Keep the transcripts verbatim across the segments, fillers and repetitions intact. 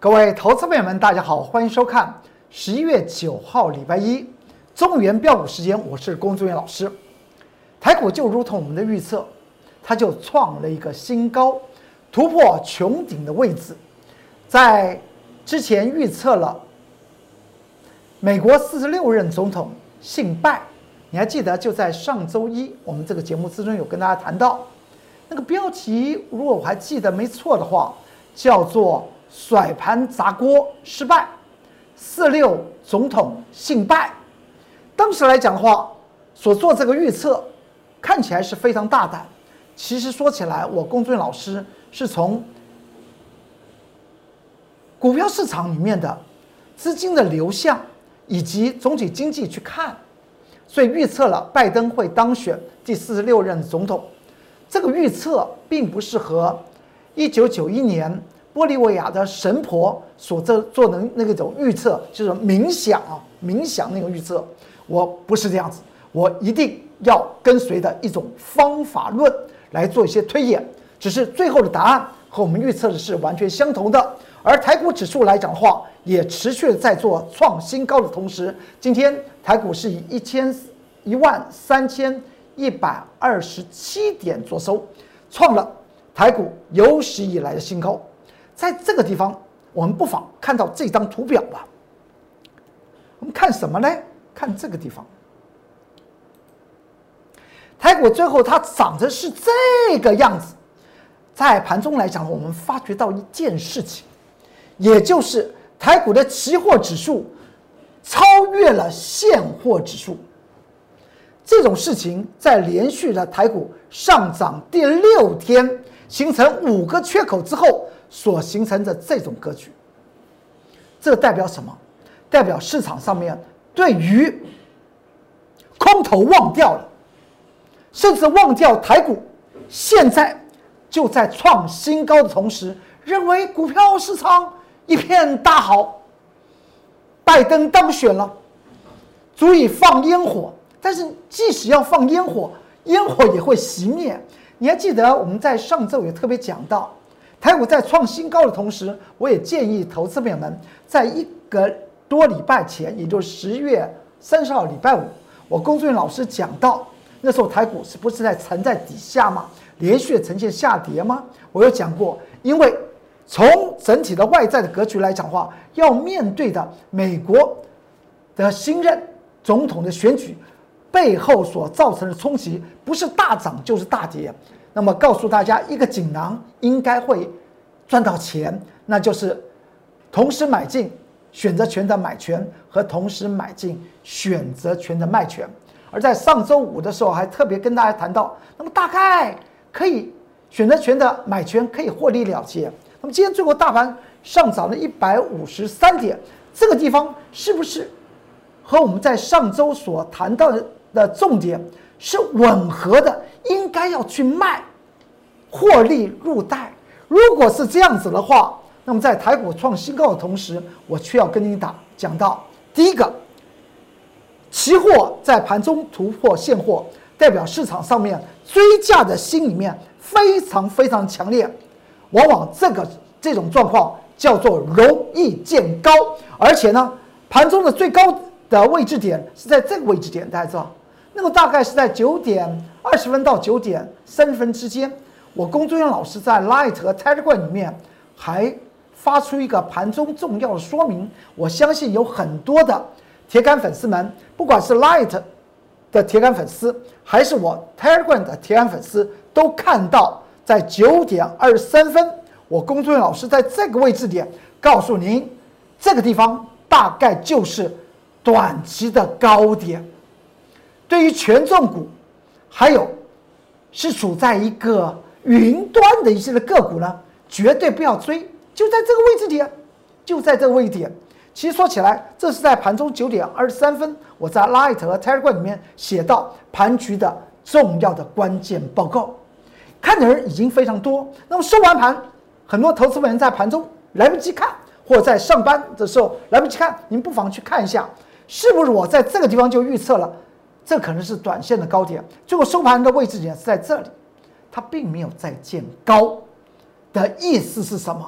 各位投资朋友们，大家好，欢迎收看十一月九号礼拜一中原标股时间，我是龚宗元老师。台股就如同我们的预测，它就创了一个新高，突破穹顶的位置。在之前预测了美国四十六任总统信拜，你还记得就在上周一我们这个节目之中有跟大家谈到那个标题，如果我还记得没错的话，叫做甩盘砸锅失败，四六总统信拜。当时来讲的话，所做这个预测看起来是非常大胆。其实说起来，我龚宗元老师是从股票市场里面的资金的流向以及总体经济去看，所以预测了拜登会当选第四十六任总统。这个预测并不是和一九九一年玻利维亚的神婆所做做的那个种预测，就是冥想啊，冥想那种预测，我不是这样子，我一定要跟随的一种方法论来做一些推演，只是最后的答案和我们预测的是完全相同的。而台股指数来讲的话，也持续的在做创新高的同时，今天台股是以一千一万三千一百二十七点作收，创了台股有史以来的新高。在这个地方，我们不妨看到这张图表吧。我们看什么呢？看这个地方，台股最后它涨的是这个样子。在盘中来讲，我们发觉到一件事情，也就是台股的期货指数超越了现货指数。这种事情在连续的台股上涨第六天，形成五个缺口之后所形成的这种格局。这代表什么？代表市场上面对于空头忘掉了，甚至忘掉台股现在就在创新高的同时，认为股票市场一片大好，拜登当选了，足以放烟火。但是即使要放烟火，烟火也会熄灭。你还记得我们在上周也特别讲到，台股在创新高的同时，我也建议投资朋友们在一个多礼拜前，也就是十月三十号礼拜五，我龚宗元老师讲到，那时候台股是不是在沉在底下吗？连续呈现下跌吗？我有讲过，因为从整体的外在的格局来讲的话，要面对的美国的新任总统的选举背后所造成的冲击，不是大涨就是大跌。那么告诉大家一个锦囊，应该会赚到钱，那就是同时买进选择权的买权和同时买进选择权的卖权。而在上周五的时候，还特别跟大家谈到，那么大概可以选择权的买权可以获利了结。那么今天最后大盘上涨了一百五十三点，这个地方是不是和我们在上周所谈到的重点是吻合的？应该要去卖，获利入袋。如果是这样子的话，那么在台股创新高的同时，我却要跟你打讲到第一个，期货在盘中突破现货，代表市场上面追价的心里面非常非常强烈，往往这个这种状况叫做容易见高，而且呢，盘中的最高的位置点是在这个位置点，大家知道，那个大概是在九点二十分到九点三十分之间。我龚宗元老师在 Light 和 Telegram 里面还发出一个盘中重要的说明，我相信有很多的铁杆粉丝们，不管是 Light 的铁杆粉丝，还是我 Telegram 的铁杆粉丝，都看到在九点二十三分，我龚宗元老师在这个位置点告诉您，这个地方大概就是短期的高点。对于权重股，还有是处在一个云端的一些的个股呢，绝对不要追，就在这个位置点，就在这个位置点。其实说起来，这是在盘中九点二十三分，我在 Light 和 Telegram 里面写到盘局的重要的关键报告，看的人已经非常多。那么收完盘，很多投资人在盘中来不及看，或者在上班的时候来不及看，您不妨去看一下，是不是我在这个地方就预测了，这可能是短线的高点。结果收盘的位置点是在这里，它并没有再见高的意思是什么？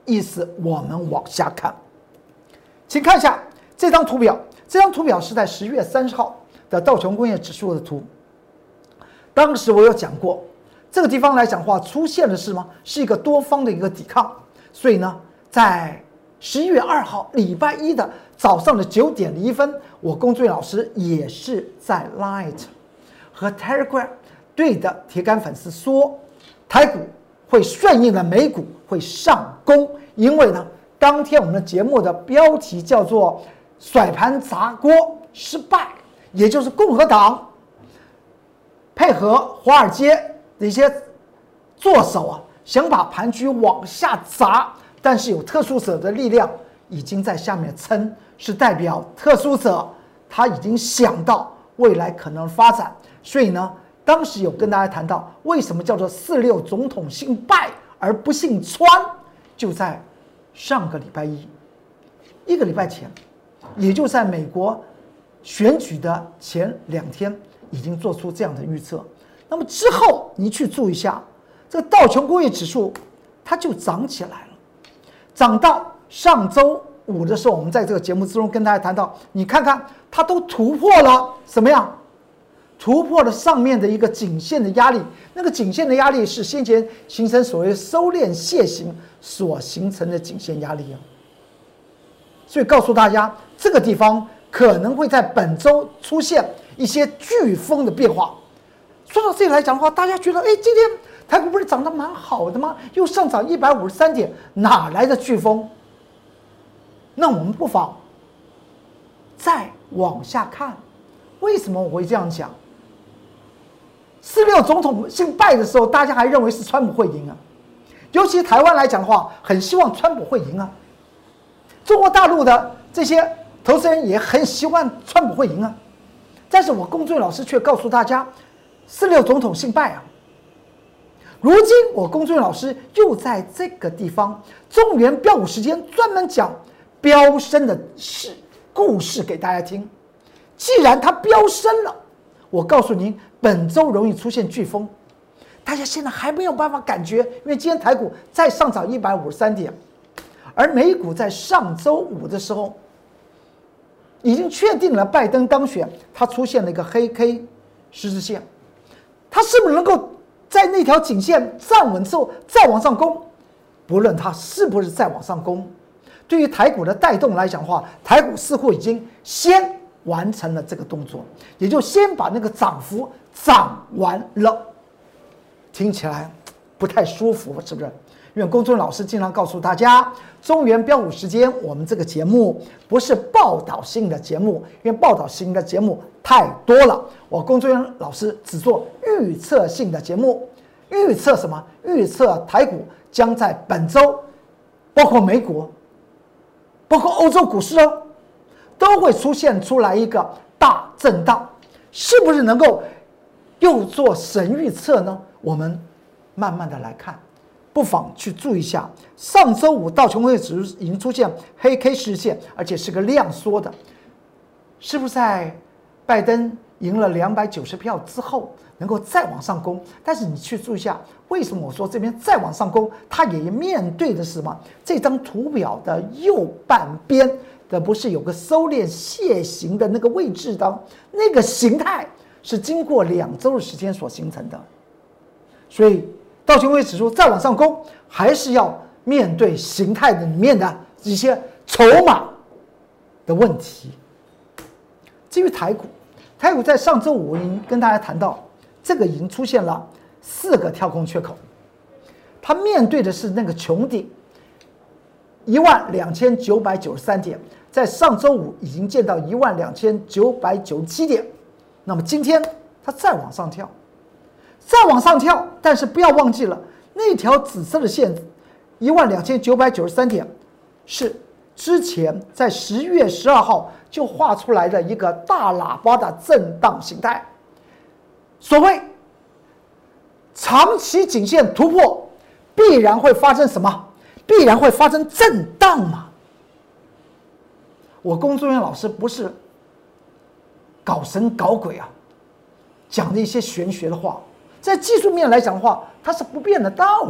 意思我们往下看，请看一下这张图表。这张图表是在十月三十号的道琼工业指数的图。当时我有讲过，这个地方来讲的话，出现的是什么？是一个多方的一个抵抗。所以呢，在十一月二号礼拜一的早上的九点零一分，我龚俊老师也是在 Line 和 Telegram 对的铁杆粉丝说，台股会顺应了美股会上攻，因为呢，当天我们的节目的标题叫做“甩盘砸锅失败”，也就是共和党配合华尔街的一些作手啊，想把盘局往下砸，但是有特殊者的力量已经在下面撑，是代表特殊者他已经想到未来可能发展，所以呢，当时有跟大家谈到为什么叫做四六总统姓拜而不姓川，就在上个礼拜一，一个礼拜前，也就在美国选举的前两天，已经做出这样的预测。那么之后你去注意一下，这个道琼工业指数它就涨起来了，涨到上周五的时候，我们在这个节目之中跟大家谈到，你看看它都突破了什么样？突破了上面的一个颈线的压力，那个颈线的压力是先前形成所谓收敛楔形所形成的颈线压力啊。所以告诉大家，这个地方可能会在本周出现一些飓风的变化。说到这里来讲的话，大家觉得，哎，今天台股不是涨得蛮好的吗？又上涨一百五十三点，哪来的飓风？那我们不妨再往下看，为什么我会这样讲？四六总统姓拜的时候，大家还认为是川普会赢啊，尤其台湾来讲的话，很希望川普会赢啊。中国大陆的这些投资人也很希望川普会赢啊，但是我龚俊老师却告诉大家，四六总统姓拜啊。如今我龚俊老师又在这个地方中原标股时间专门讲飙升的事故事给大家听。既然它飙升了，我告诉您，本周容易出现飓风，大家现在还没有办法感觉，因为今天台股再上涨一百五十三点，而美股在上周五的时候已经确定了拜登当选，它出现了一个黑 K 十字线，它是不是能够在那条颈线站稳之后再往上攻？不论它是不是再往上攻，对于台股的带动来讲的话，台股似乎已经先完成了这个动作，也就先把那个涨幅涨完了。听起来不太舒服，是不是？因为龚俊老师经常告诉大家，中原标股时间，我们这个节目不是报道性的节目，因为报道性的节目太多了。我龚俊老师只做预测性的节目，预测什么？预测台股将在本周，包括美股，包括欧洲股市哦，都会出现出来一个大震荡，是不是能够又做神预测呢？我们慢慢的来看。不妨去注意一下，上周五道琼工业指数已经出现黑 K 十字线，而且是个量缩的，是不是在拜登赢了两百九十票之后能够再往上攻？但是你去注意一下，为什么我说这边再往上攻，它也面对的是什么？这张图表的右半边的不是有个收敛楔形的那个位置的，那个形态是经过两周的时间所形成的，所以道琼工业指数再往上攻，还是要面对形态的里面的一些筹码的问题。至于台股，台股在上周五已经跟大家谈到，这个已经出现了四个跳空缺口，它面对的是那个穹顶一万两千九百九十三点，在上周五已经见到一万两千九百九十七点，那么今天它再往上跳。再往上跳，但是不要忘记了那条紫色的线，一万两千九百九十三点，是之前在十月十二号就画出来的一个大喇叭的震荡形态。所谓长期颈线突破，必然会发生什么？必然会发生震荡嘛。我龚俊老师不是搞神搞鬼啊，讲的一些玄学的话。在技术面来讲的话，它是不变的道理，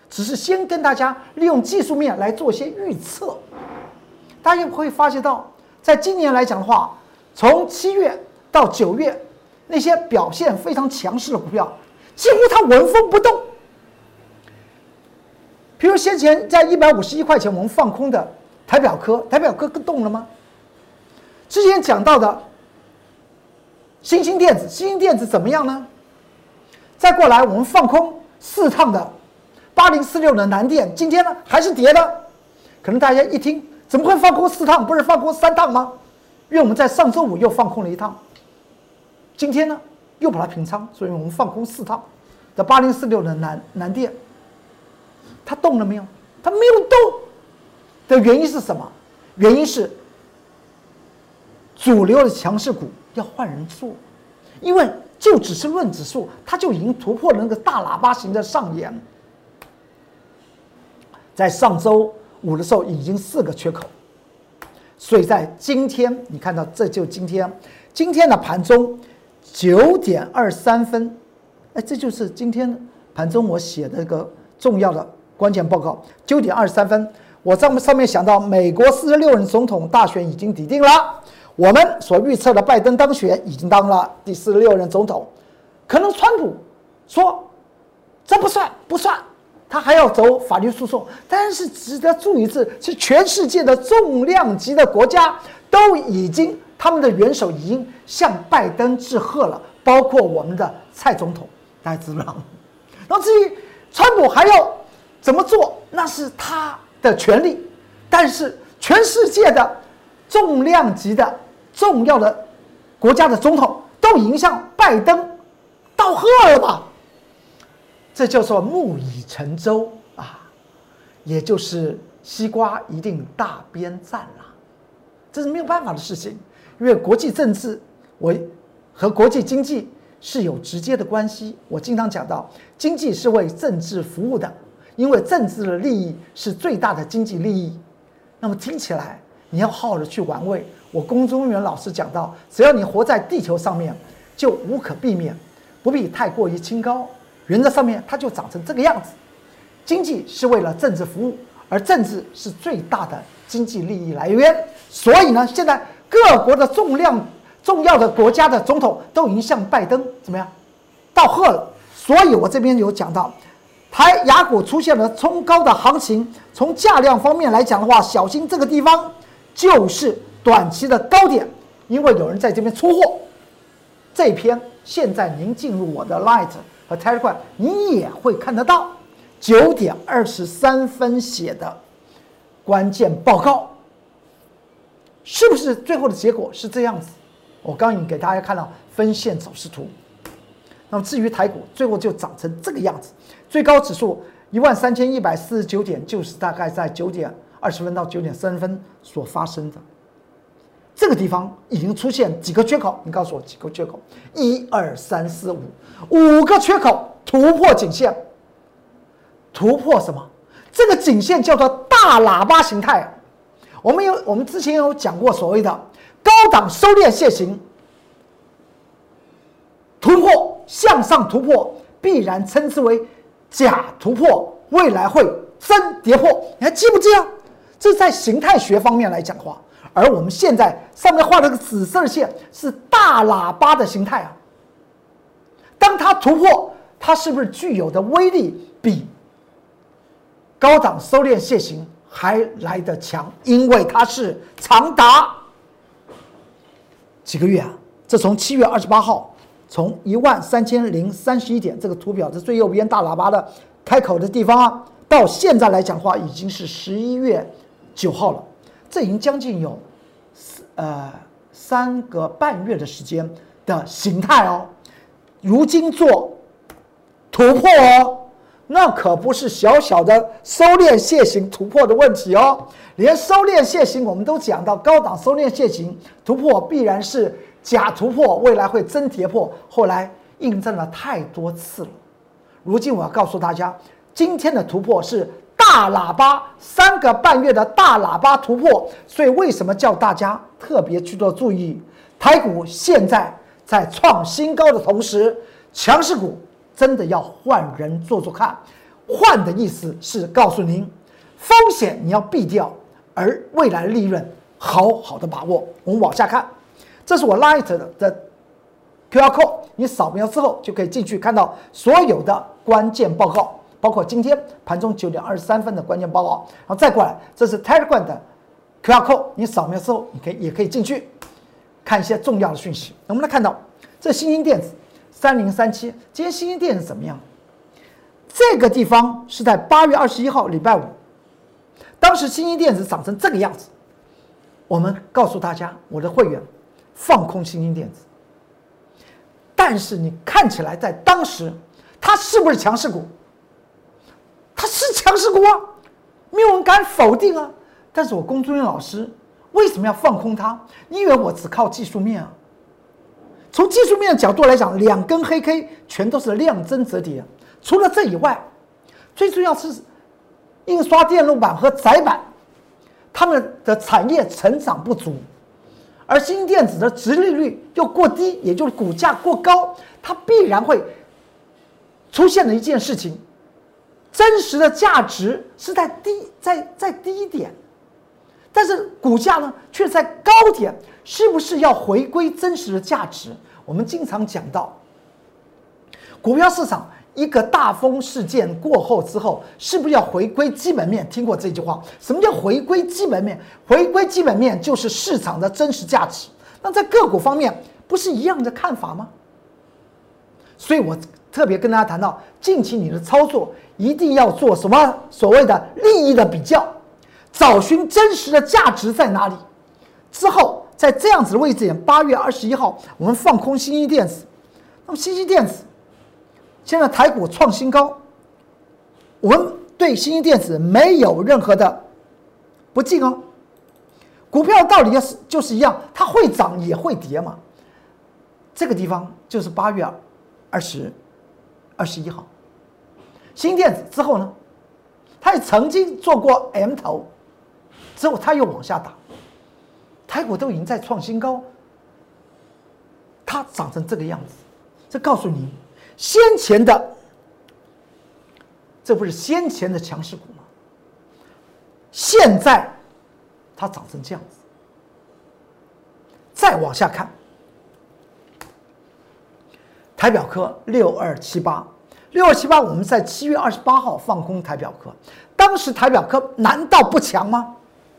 只是先跟大家利用技术面来做一些预测。大家会发现到，在今年来讲的话，从七月到九月，那些表现非常强势的股票，几乎它纹风不动。比如先前在一百五十一块钱我们放空的台表科，台表科动了吗？之前讲到的新兴电子，新兴电子怎么样呢？再过来我们放空四趟的八零四六的南电，今天呢还是跌的。可能大家一听，怎么会放空四趟？不是放空三趟吗？因为我们在上周五又放空了一趟，今天呢又把它平仓，所以我们放空四趟的八零四六的南南电。它动了没有？它没有动的原因是什么？原因是主流的强势股要换人做，因为就只是论指数，它就已经突破了那个大喇叭型的上沿。在上周五的时候已经四个缺口，所以在今天你看到，这就今天今天的盘中九点二三分，哎，这就是今天盘中我写的一个重要的关键报告。九点二十三分，我上上面想到，美国四十六任总统大选已经底定了，我们所预测的拜登当选已经当了第四十六任总统。可能川普说这不算不算，他还要走法律诉讼。但是值得注意的是，是全世界的重量级的国家都已经他们的元首已经向拜登致贺了，包括我们的蔡总统，大家知道吗？然后至于川普还要怎么做，那是他的权利。但是全世界的重量级的重要的国家的总统都已经向拜登道贺了吧？这叫做木已成舟啊，也就是西瓜一定大边站了，这是没有办法的事情。因为国际政治我和国际经济是有直接的关系。我经常讲到，经济是为政治服务的，因为政治的利益是最大的经济利益。那么听起来你要好好的去玩味。我龚中原老师讲到，只要你活在地球上面，就无可避免，不必太过于清高。原则上面它就长成这个样子。经济是为了政治服务，而政治是最大的经济利益来源。所以呢，现在各国的重量重要的国家的总统都已经向拜登怎么样道贺了。所以我这边有讲到，台亚股出现了冲高的行情，从价量方面来讲的话，小心这个地方就是短期的高点，因为有人在这边出货。这篇现在您进入我的 Light 和 Telegram， 你也会看得到九点二十三分写的关键报告，是不是最后的结果是这样子？我刚已经给大家看到分线走势图。那么至于台股，最后就长成这个样子，最高指数一万三千一百四十九点，就是大概在九点二十分到九点三十分所发生的。这个地方已经出现几个缺口？你告诉我几个缺口？一二三四五，五个缺口突破颈线，突破什么？这个颈线叫做大喇叭形态。我们有我们之前有讲过所谓的高档收敛楔形突破，向上突破必然称之为假突破，未来会真跌破。你还记不记得？这在形态学方面来讲的话。而我们现在上面画了个紫色的线，是大喇叭的形态啊。当它突破，它是不是具有的威力比高档收敛楔形还来得强？因为它是长达几个月啊！这从七月二十八号，从一万三千零三十一点这个图表的最右边大喇叭的开口的地方啊，到现在来讲的话，已经是十一月九号了。这已经将近有，呃三个半月的时间的形态哦，如今做突破哦，那可不是小小的收敛楔形突破的问题哦，连收敛楔形我们都讲到，高档收敛楔形突破必然是假突破，未来会真跌破，后来印证了太多次了。如今我要告诉大家，今天的突破是大喇叭，三个半月的大喇叭突破，所以为什么叫大家特别去做注意？台股现在在创新高的同时，强势股真的要换人做做看。 换的意思是告诉您，风险你要避掉，而未来的利润好好的把握。我们往下看，这是我 Light 的的 Q R code， 你扫描之后就可以进去看到所有的关键报告，包括今天盘中九点二十三分的关键报告。然后再过来，这是 Telegram 的 Q R code， 你扫描之后，你可以也可以进去看一些重要的讯息。我们来看到这新兴电子三零三七，今天新兴电子怎么样？这个地方是在八月二十一号礼拜五，当时新兴电子涨成这个样子，我们告诉大家，我的会员放空新兴电子。但是你看起来在当时，它是不是强势股？它是强势股啊，没有人敢否定啊。但是我龚尊元老师为什么要放空它？你以为我只靠技术面啊？从技术面的角度来讲，两根黑 K 全都是量增折叠。除了这以外，最重要是印刷电路板和载板，它们的产业成长不足，而新兴电子的殖利率又过低，也就是股价过高，它必然会出现的一件事情，真实的价值是在低在在低点，但是股价呢却在高点，是不是要回归真实的价值？我们经常讲到，股票市场一个大风事件过后之后，是不是要回归基本面？听过这句话？什么叫回归基本面？回归基本面就是市场的真实价值。那在个股方面，不是一样的看法吗？所以我特别跟大家谈到，近期你的操作一定要做什么所谓的利益的比较，找寻真实的价值在哪里。之后在这样子的位置点，八月二十一号，我们放空新兴电子。那么新兴电子现在台股创新高，我们对新兴电子没有任何的不敬哦。股票道理是就是一样，它会涨也会跌嘛。这个地方就是八月二十二十一号，新兴电子之后呢，它也曾经做过 M 头，之后它又往下打，台股都已经在创新高，它涨成这个样子，这告诉你。先前的，这不是先前的强势股吗？现在它涨成这样子，再往下看，台表科六二七八，六二七八，我们在七月二十八号放空台表科，当时台表科难道不强吗？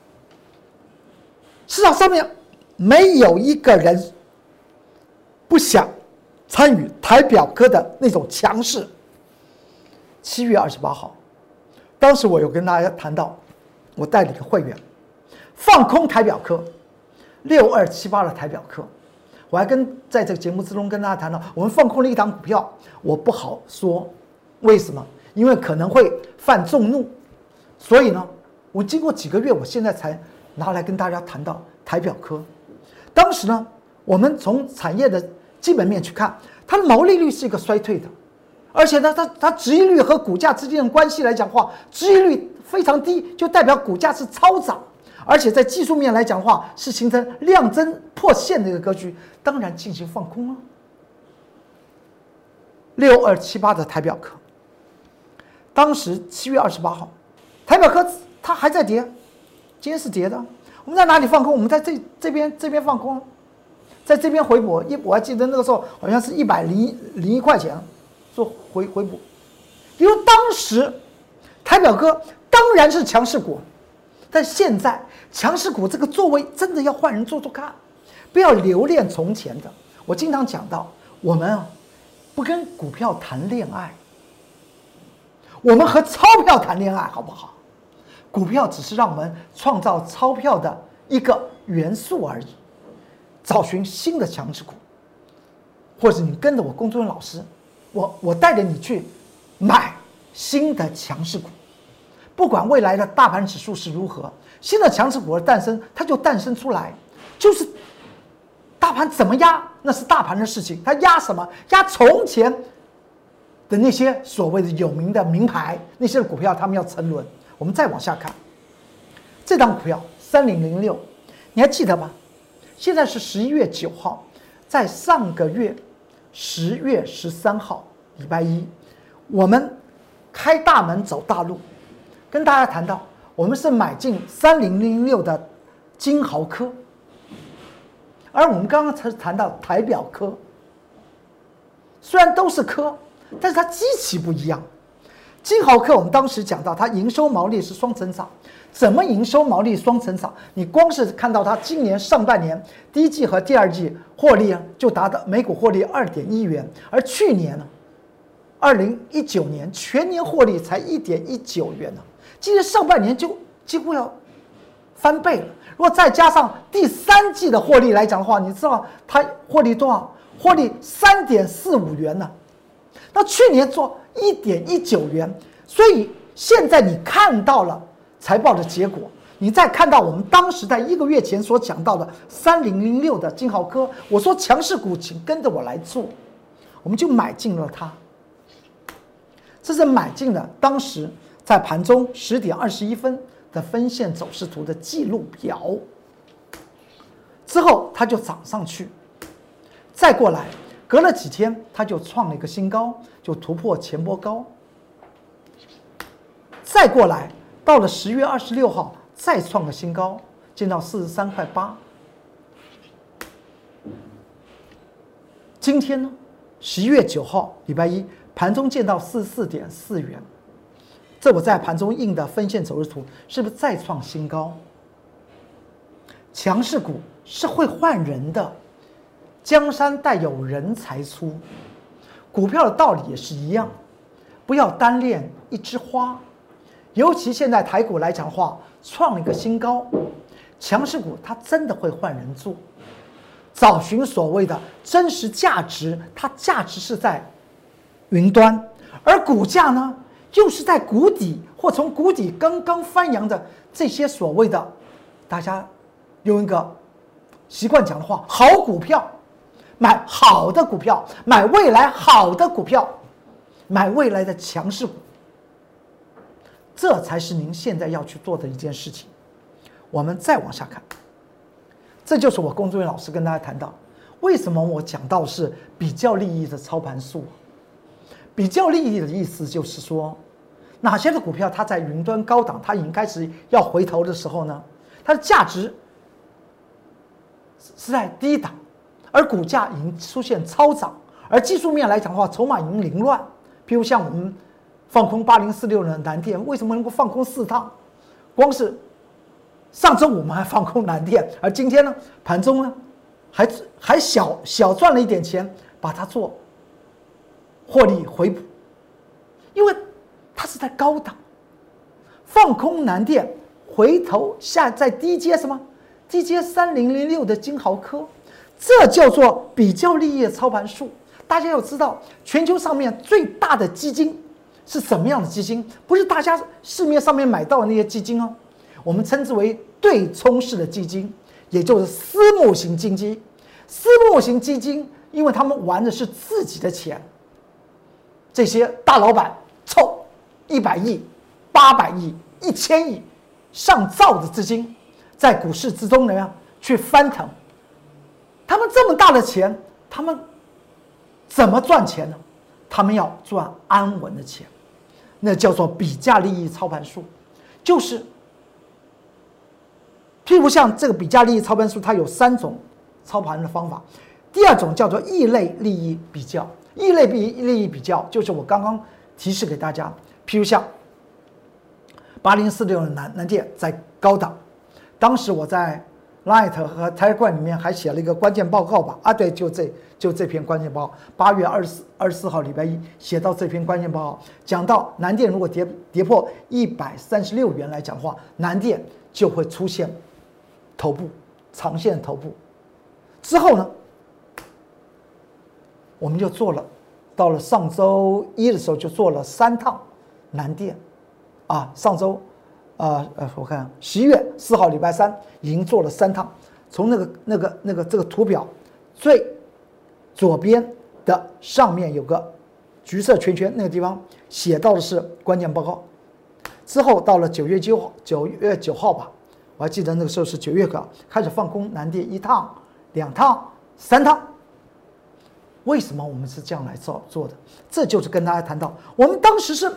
市场上面没有一个人不想参与台表科的那种强势。七月二十八号，当时我有跟大家谈到，我带领的会员放空台表科六二七八的台表科，我还跟在这个节目之中跟大家谈到，我们放空了一档股票，我不好说为什么，因为可能会犯众怒，所以呢，我经过几个月，我现在才拿来跟大家谈到台表科。当时呢，我们从产业的基本面去看，它的毛利率是一个衰退的，而且呢，它它殖利率和股价之间的关系来讲的话，殖利率非常低，就代表股价是超涨，而且在技术面来讲的话，是形成量增破线的一个格局，当然进行放空了。六二七八的台表科，当时七月二十八号，台表科它还在跌，今天是跌的。我们在哪里放空？我们在这这边这边放空。在这边回补一，我还记得那个时候好像是一百零零一块钱做回回补，因为当时台表科当然是强势股，但现在强势股这个座位真的要换人做做看，不要留恋从前的。我经常讲到，我们啊不跟股票谈恋爱，我们和钞票谈恋爱好不好？股票只是让我们创造钞票的一个元素而已。找寻新的强势股，或者你跟着我龚尊元老师，我我带着你去买新的强势股，不管未来的大盘指数是如何，新的强势股的诞生，它就诞生出来，就是大盘怎么压，那是大盘的事情，它压什么？压从前的那些所谓的有名的名牌，那些股票他们要沉沦。我们再往下看，这档股票三零零六，你还记得吗？现在是十一月九号，在上个月十月十三号礼拜一，我们开大门走大路，跟大家谈到，我们是买进三零零六的金豪科，而我们刚刚才谈到台表科，虽然都是科，但是它基期不一样。金豪科我们当时讲到，它营收毛利是双成长，怎么营收毛利双成长？你光是看到它今年上半年第一季和第二季获利啊，就达到每股获利二点一元，而去年呢？二零一九年全年获利才一点一九元呢，今年上半年就几乎要翻倍了。如果再加上第三季的获利来讲的话，你知道它获利多少？获利三点四五元呢。那去年做一点一九元，所以现在你看到了财报的结果，你再看到我们当时在一个月前所讲到的三零零六的金豪科，我说强势股，请跟着我来做，我们就买进了它。这是买进的，当时在盘中十点二十一分的分线走势图的记录表。之后它就涨上去，再过来，隔了几天它就创了一个新高，就突破前波高。再过来，到了十月二十六号再创个新高，见到四十三块八。今天呢，十一月九号礼拜一。盘中见到四十四点四元，这我在盘中印的分线走势图是不是再创新高？强势股是会换人的，江山代有人才出，股票的道理也是一样，不要单恋一枝花。尤其现在台股来讲的话，创了一个新高，强势股它真的会换人做，找寻所谓的真实价值，它价值是在云端，而股价呢，又是在谷底或从谷底刚刚翻扬的这些所谓的，大家用一个习惯讲的话，好股票，买好的股票，买未来好的股票，买未来的强势股，这才是您现在要去做的一件事情。我们再往下看，这就是我龚志伟老师跟大家谈到，为什么我讲到是比较利益的操盘术。比较利益的意思就是说，哪些的股票它在云端高档，它已经开始要回头的时候呢，它的价值是在低档，而股价已经出现超涨，而技术面来讲的话，筹码已经凌乱。譬如像我们放空八零四六的南电，为什么能够放空四趟？光是上周五我们还放空南电，而今天呢，盘中呢还还小小赚了一点钱，把它做获利回补，因为它是在高档，放空南电，回头下在低接什么？低接三零零六的金豪科，这叫做比较利益的操盘术。大家要知道，全球上面最大的基金是什么样的基金？不是大家市面上面买到的那些基金哦，我们称之为对冲式的基金，也就是私募型基金。私募型基金，因为他们玩的是自己的钱。这些大老板凑一百亿、八百亿、一千亿、上兆的资金，在股市之中怎么样去翻腾？他们这么大的钱，他们怎么赚钱呢？他们要赚安稳的钱，那叫做比价利益操盘术，就是譬如像这个比价利益操盘术，它有三种操盘的方法。第二种叫做异类利益比较。异类利益比较就是我刚刚提示给大家，譬如像八零四六的南南电在高档，当时我在 Light 和 Telegram 里面还写了一个关键报告吧，啊对，就这就这篇关键报告，八月二十四二十四号礼拜一写到这篇关键报告，讲到南电如果跌跌破一百三十六元来讲的话，南电就会出现头部长线头部，之后呢？我们就做了，到了上周一的时候就做了三趟南电，啊，上周，呃呃，我看十一月四号礼拜三已经做了三趟，从那个那个那个这个图表最左边的上面有个橘色圈圈，那个地方写到的是关键报告。之后到了九月九号，九月九号吧，我还记得那个时候是九月稿，开始放空南电一趟、两趟、三趟。为什么我们是这样来做做的？这就是跟大家谈到，我们当时是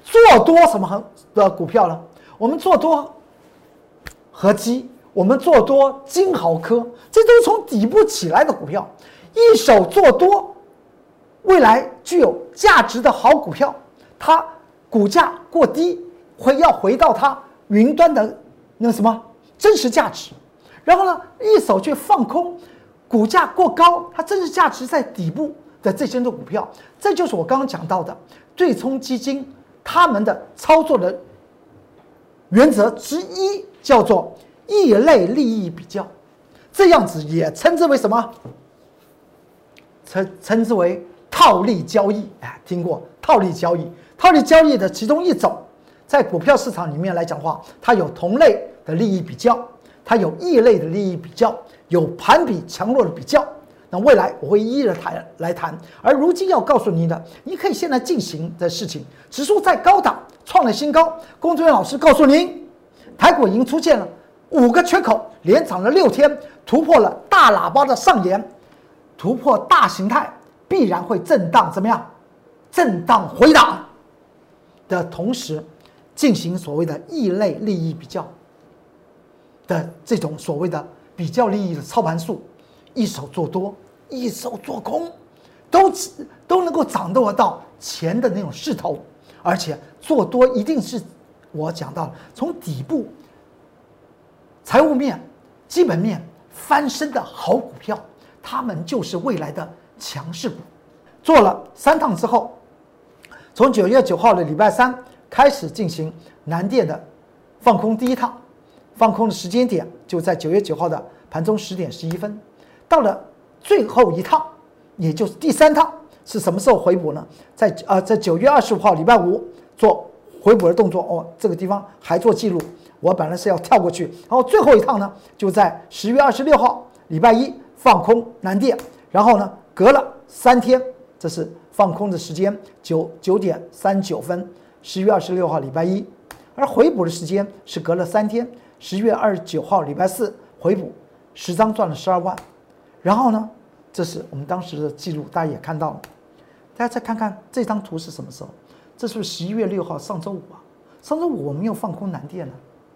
做多什么的股票呢？我们做多合基，我们做多金豪科，这都是从底部起来的股票，一手做多未来具有价值的好股票，它股价过低，会要回到它云端的那什么真实价值，然后呢，一手去放空股价过高，它真实价值在底部的这些的股票，这就是我刚刚讲到的对冲基金他们的操作的原则之一，叫做异类利益比较，这样子也称之为什么？称称之为套利交易。哎，听过套利交易？套利交易的其中一种，在股票市场里面来讲的话，它有同类的利益比较，它有异类的利益比较，有盘比强弱的比较。那未来我会一一的谈来谈，而如今要告诉您的，你可以现在进行的事情，指数在高档创了新高，工作人员老师告诉您，台股已经出现了五个缺口，连涨了六天，突破了大喇叭的上沿，突破大形态，必然会震荡怎么样？震荡回档的同时，进行所谓的异类利益比较的这种所谓的比较利益的操盘术。一手做多，一手做空，都都能够掌握到钱的那种势头，而且做多一定是我讲到从底部、财务面、基本面翻身的好股票，他们就是未来的强势股。做了三趟之后，从九月九号的礼拜三开始进行南电的放空第一趟，放空的时间点就在九月九号的盘中十点十一分。到了最后一趟，也就是第三趟，是什么时候回补呢？在呃，在九月二十五号礼拜五做回补的动作。哦，这个地方还做记录，我本来是要跳过去。然后最后一趟呢，就在十月二十六号礼拜一放空南电，然后呢，隔了三天，这是放空的时间，九九点三九分，十月二十六号礼拜一，而回补的时间是隔了三天，十月二十九号礼拜四回补，十张赚了十二万。然后呢，这是我们当时的记录，大家也看到了。大家再看看这张图是什么时候？这是十一月六号，上周五啊。上周五我们又放空南电了，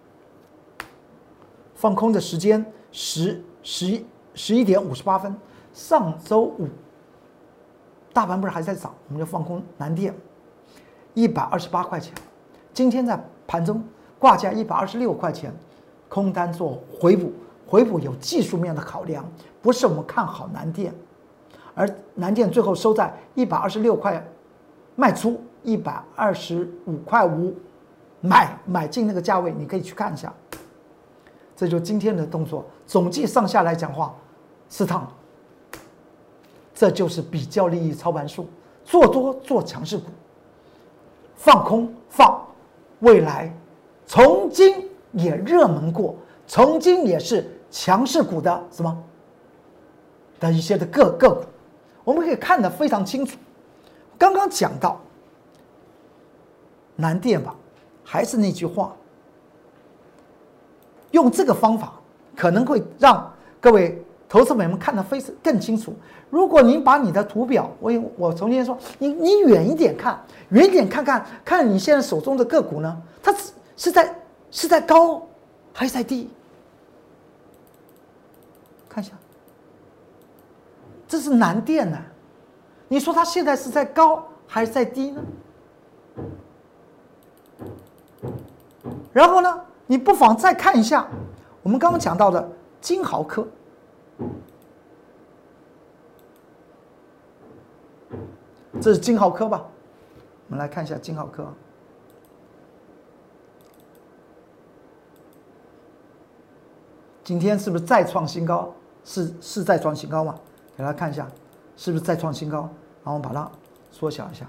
放空的时间十十一十一点五十八分。上周五大盘不是还在涨，我们就放空南电，一百二十八块钱。今天在盘中挂价一百二十六块钱，空单做回补。回补有技术面的考量，不是我们看好南电，而南电最后收在一百二十六块，卖出一百二十五块五，买买进那个价位，你可以去看一下。这就是今天的动作，总计上下来讲话四趟，这就是比较利益操盘术，做多做强势股，放空放未来，曾经也热门过，曾经也是强势股的什么的一些的个个股，我们可以看得非常清楚。刚刚讲到南电吧，还是那句话，用这个方法可能会让各位投资者们看得非常更清楚。如果您把你的图表，我我重新说，你你远一点看，远一点看看看你现在手中的个股呢，它是在是在高还是在低？看一下，这是南电呢、啊，你说它现在是在高还是在低呢？然后呢，你不妨再看一下我们刚刚讲到的金豪科，这是金豪科吧？我们来看一下金豪科。今天是不是再创新高？是是再创新高吗？给大家看一下，是不是再创新高？然后我们把它缩小一下。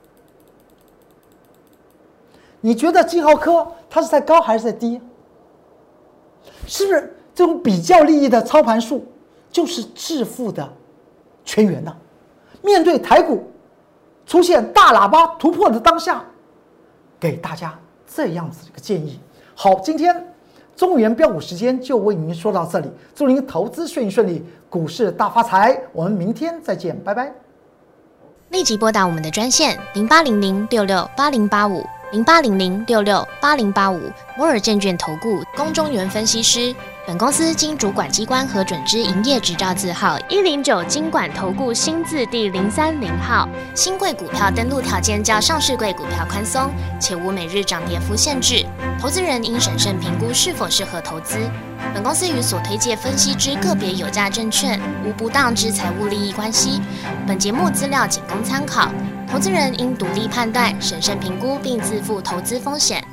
你觉得金豪科它是在高还是在低？是不是这种比较利益的操盘术就是致富的泉源呢？面对台股出现大喇叭突破的当下，给大家这样子一个建议。好，今天中原标股时间就为您说到这里，祝您投资顺顺利，股市大发财。我们明天再见，拜拜。 立即拨打我们的专线零八零零六六八零八五零八零零六六八零八五摩尔证券投顾龚中原分析师。本公司经主管机关核准之营业执照字号一零九金管投顾新字第零三零号。新贵股票登录条件较上市贵股票宽松，且无每日涨跌幅限制。投资人应审慎评估是否适合投资。本公司与所推介分析之个别有价证券无不当之财务利益关系。本节目资料仅供参考，投资人应独立判断、审慎评估并自负投资风险。